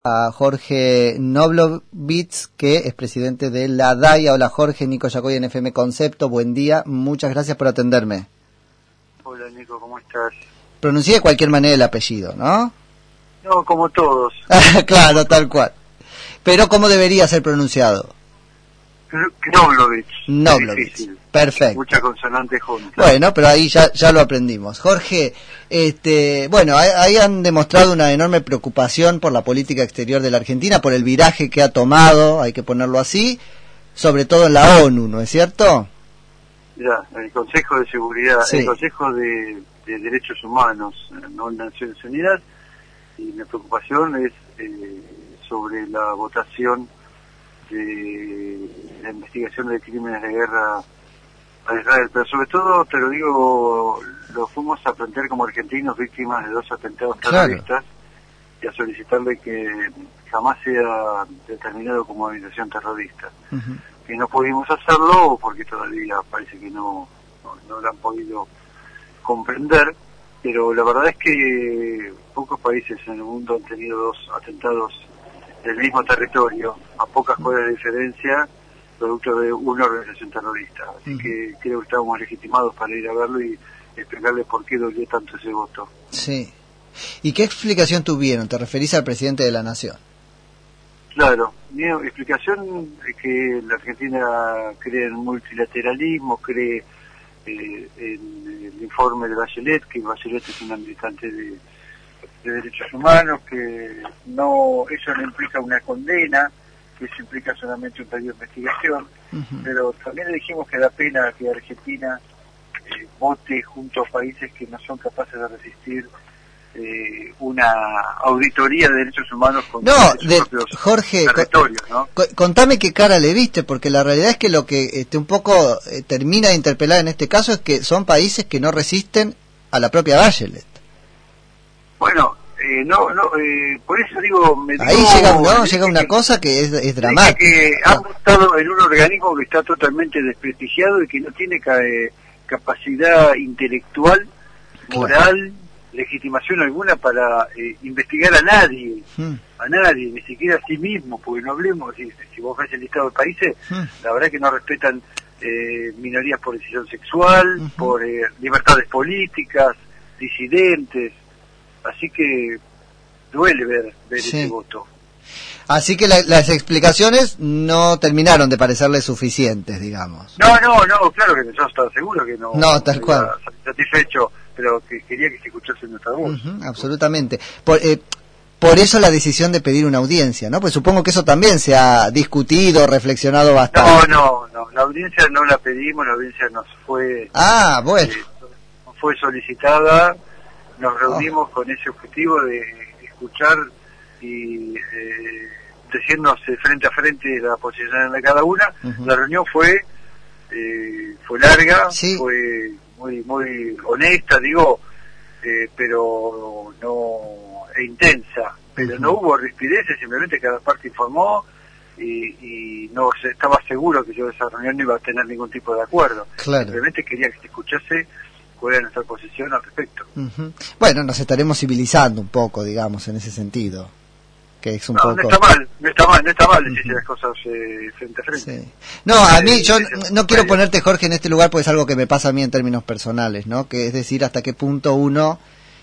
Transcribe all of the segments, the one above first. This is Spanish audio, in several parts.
A Jorge Knoblovitz, que es presidente de la DAIA. Hola Jorge, Nico Yacoy en FM Concepto, buen día, muchas gracias por atenderme. Hola Nico, ¿cómo estás? Pronuncié de cualquier manera el apellido, ¿no? No, como todos. Claro, tal cual. Pero ¿cómo debería ser pronunciado? Knoblovitz, perfecto. Muchas consonantes juntas. Bueno, pero ahí ya lo aprendimos. Jorge, bueno, ahí han demostrado una enorme preocupación por la política exterior de la Argentina, por el viraje que ha tomado, hay que ponerlo así, sobre todo en la ONU, ¿no es cierto? Mira, el Consejo de Seguridad, sí. El Consejo de Derechos Humanos, no Naciones Unidas, y mi preocupación es sobre la votación de la investigación de crímenes de guerra a Israel, pero sobre todo, te lo digo, lo fuimos a plantear como argentinos víctimas de 2 atentados terroristas, y a solicitarle que jamás sea determinado como organización terrorista. Que no pudimos hacerlo porque todavía parece que no lo han podido comprender, pero la verdad es que pocos países en el mundo han tenido 2 atentados del mismo territorio, a pocas cuadras de diferencia, producto de una organización terrorista. Así que creo que estábamos legitimados para ir a verlo y explicarle por qué dolió tanto ese voto. Sí. ¿Y qué explicación tuvieron? ¿Te referís al presidente de la Nación? Claro, mi explicación es que la Argentina cree en multilateralismo, cree en el informe de Bachelet, que Bachelet es una militante de derechos humanos, que no, eso no implica una condena, que eso implica solamente un pedido de investigación, pero también le dijimos que da pena que Argentina vote junto a países que no son capaces de resistir una auditoría de derechos humanos contra sus propios Jorge, territorios, ¿no? Contame qué cara le viste, porque la realidad es que lo que un poco termina de interpelar en este caso es que son países que no resisten a la propia Bachelet. Bueno, por eso digo... Ahí llega una cosa que es dramática. Que ha votado en un organismo que está totalmente desprestigiado y que no tiene capacidad intelectual, moral, legitimación alguna para investigar a nadie, ni siquiera a sí mismo, porque no hablemos, si vos ves el listado de países, la verdad que no respetan minorías por decisión sexual, por libertades políticas, disidentes, así que duele ver ese voto. Así que las explicaciones no terminaron de parecerle suficientes, digamos. No, claro que yo estaba seguro que no tal cual. Satisfecho, pero que quería que se escuchase nuestra voz. Absolutamente. Por eso la decisión de pedir una audiencia, ¿no? Pues supongo que eso también se ha discutido, reflexionado bastante. No, la audiencia no la pedimos, la audiencia nos fue... bueno. Fue solicitada, nos reunimos con ese objetivo de escuchar y decirnos frente a frente la posición de cada una. La reunión fue larga, fue muy honesta, pero intensa, pero no hubo rispideces, simplemente cada parte informó y no se estaba seguro que yo de esa reunión no iba a tener ningún tipo de acuerdo. Simplemente quería que se escuchase cuál era nuestra posición al respecto. Bueno, nos estaremos civilizando un poco, digamos, en ese sentido. Que es un poco... No está mal decir las cosas frente a frente. No, a mí, yo no quiero ponerte, Jorge, en este lugar porque es algo que me pasa a mí en términos personales, ¿no? Que es decir, hasta qué punto uno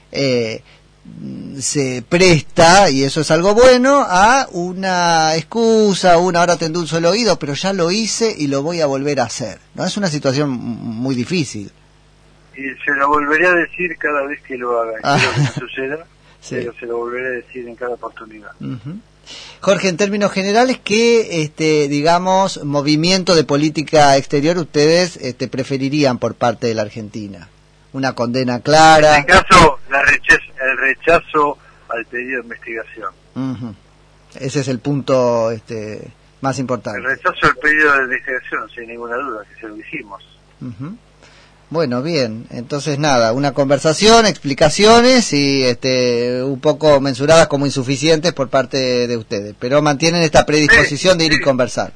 se presta, y eso es algo bueno, a una excusa, ahora te endulzo el oído, pero ya lo hice y lo voy a volver a hacer, ¿no? Es una situación muy difícil. Y se lo volveré a decir cada vez que lo haga, espero que no suceda. Pero se lo volveré a decir en cada oportunidad. Jorge, en términos generales, ¿qué, digamos, movimiento de política exterior ustedes preferirían por parte de la Argentina? ¿Una condena clara? En este caso, el rechazo al pedido de investigación. Ese es el punto más importante. El rechazo al pedido de investigación, sin ninguna duda, que se lo hicimos. Bueno, bien, entonces nada, una conversación, explicaciones y un poco mensuradas como insuficientes por parte de ustedes, pero mantienen esta predisposición de ir y conversar.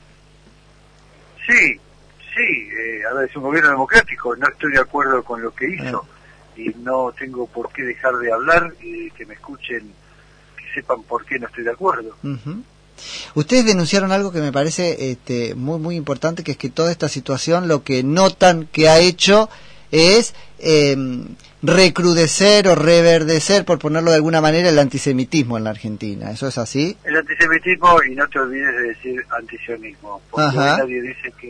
Sí, a ver, es un gobierno democrático, no estoy de acuerdo con lo que hizo y no tengo por qué dejar de hablar y que me escuchen que sepan por qué no estoy de acuerdo. Ustedes denunciaron algo que me parece muy muy importante, que es que toda esta situación lo que notan que ha hecho es recrudecer o reverdecer, por ponerlo de alguna manera, el antisemitismo en la Argentina. ¿Eso es así? El antisemitismo, y no te olvides de decir antisionismo, porque nadie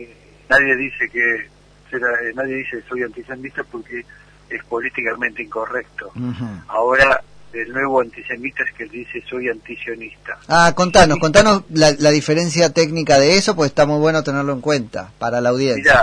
dice soy antisemita porque es políticamente incorrecto. Ahora el nuevo antisemita es que dice soy antisionista. Contanos la diferencia técnica de eso, pues está muy bueno tenerlo en cuenta para la audiencia.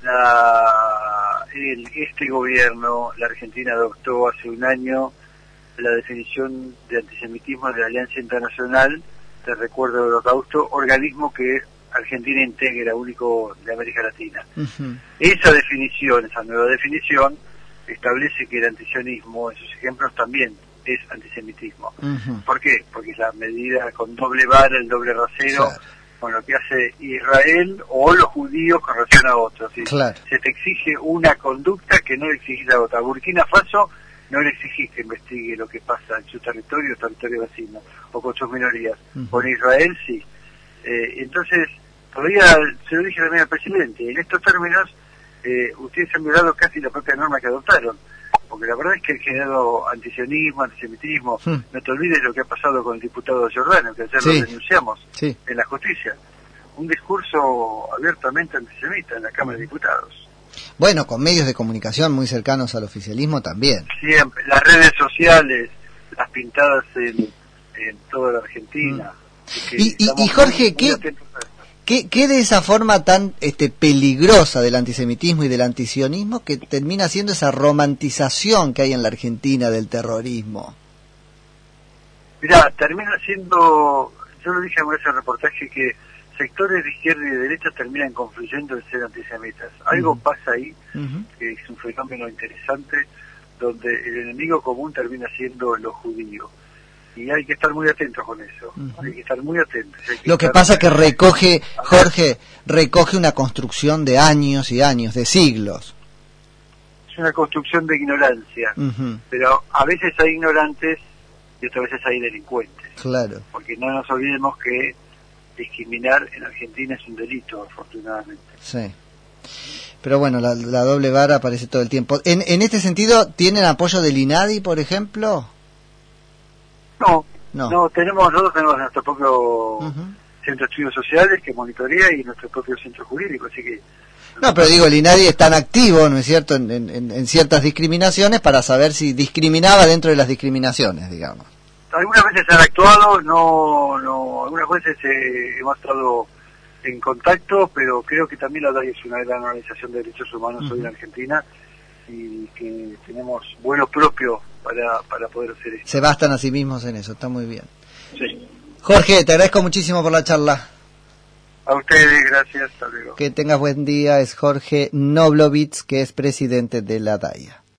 Mira, este gobierno, la Argentina adoptó hace un año la definición de antisemitismo de la Alianza Internacional de Recuerdo del Holocausto, organismo que Argentina integra, único de América Latina. Esa definición, esa nueva definición, establece que el antisionismo, en sus ejemplos, también es antisemitismo. ¿Por qué? Porque es la medida con doble vara, el doble rasero, claro, con lo que hace Israel o los judíos con relación a otros. ¿Sí? Claro. Se te exige una conducta que no le exigís a otra. A Burkina Faso no le exigís que investigue lo que pasa en su territorio vecino, o con sus minorías. Con Israel sí. Entonces, todavía se lo dije también al presidente, en estos términos ustedes han violado casi la propia norma que adoptaron, porque la verdad es que han generado antisionismo, antisemitismo. No te olvides lo que ha pasado con el diputado Giordano, que ayer lo denunciamos en la justicia. Un discurso abiertamente antisemita en la Cámara de Diputados. Bueno, con medios de comunicación muy cercanos al oficialismo también. Siempre, las redes sociales, las pintadas en toda la Argentina. Y Jorge, ¿qué de esa forma tan peligrosa del antisemitismo y del antisionismo que termina siendo esa romantización que hay en la Argentina del terrorismo? Mirá, termina siendo, yo lo dije en ese reportaje, que sectores de izquierda y de derecha terminan confluyendo en ser antisemitas. Algo pasa ahí, que es un fenómeno interesante, donde el enemigo común termina siendo los judíos. Y hay que estar muy atentos con eso, hay que estar muy atentos. Lo que pasa es que recoge una construcción de años y años, de siglos. Es una construcción de ignorancia, pero a veces hay ignorantes y otras veces hay delincuentes. Claro. Porque no nos olvidemos que discriminar en Argentina es un delito, afortunadamente. Sí. Pero bueno, la doble vara aparece todo el tiempo. En este sentido, ¿tienen apoyo del INADI, por ejemplo? No, nosotros tenemos nuestro propio centro de estudios sociales que monitorea y nuestro propio centro jurídico, así que... No, pero digo, el INADI es tan activo, ¿no es cierto?, en ciertas discriminaciones para saber si discriminaba dentro de las discriminaciones, digamos. Algunas veces han actuado, algunas veces hemos estado en contacto, pero creo que también la DAI es una gran organización de derechos humanos hoy en Argentina y que tenemos vuelo propio para poder hacer esto. Se bastan a sí mismos en eso, está muy bien. Sí. Jorge, te agradezco muchísimo por la charla. A ustedes, gracias, hasta luego. Que tengas buen día. Es Jorge Noblovitz, que es presidente de la DAIA.